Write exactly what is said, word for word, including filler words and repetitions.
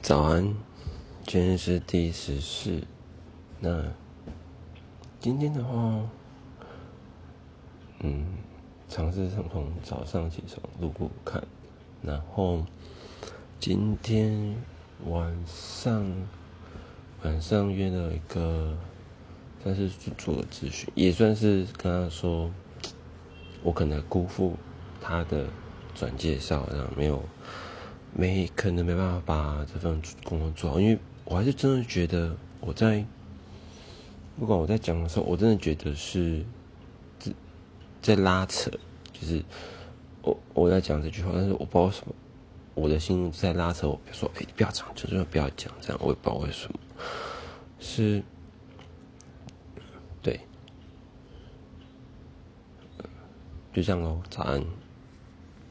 早安，今天是第十四。那今天的话，嗯，尝试从从早上起床录过看，然后今天晚上晚上约了一个，算是去做了咨询，也算是跟他说，我可能辜负他的转介绍，然后没有。没可能没办法把这份工作做好，因为我还是真的觉得我在不管我在讲的时候，我真的觉得是在拉扯，就是我我在讲这句话，但是我不知道为什么我的心在拉扯我，说哎、欸、不要讲，就是不要讲这样，我也不知道为什么，是对，就这样咯，早安。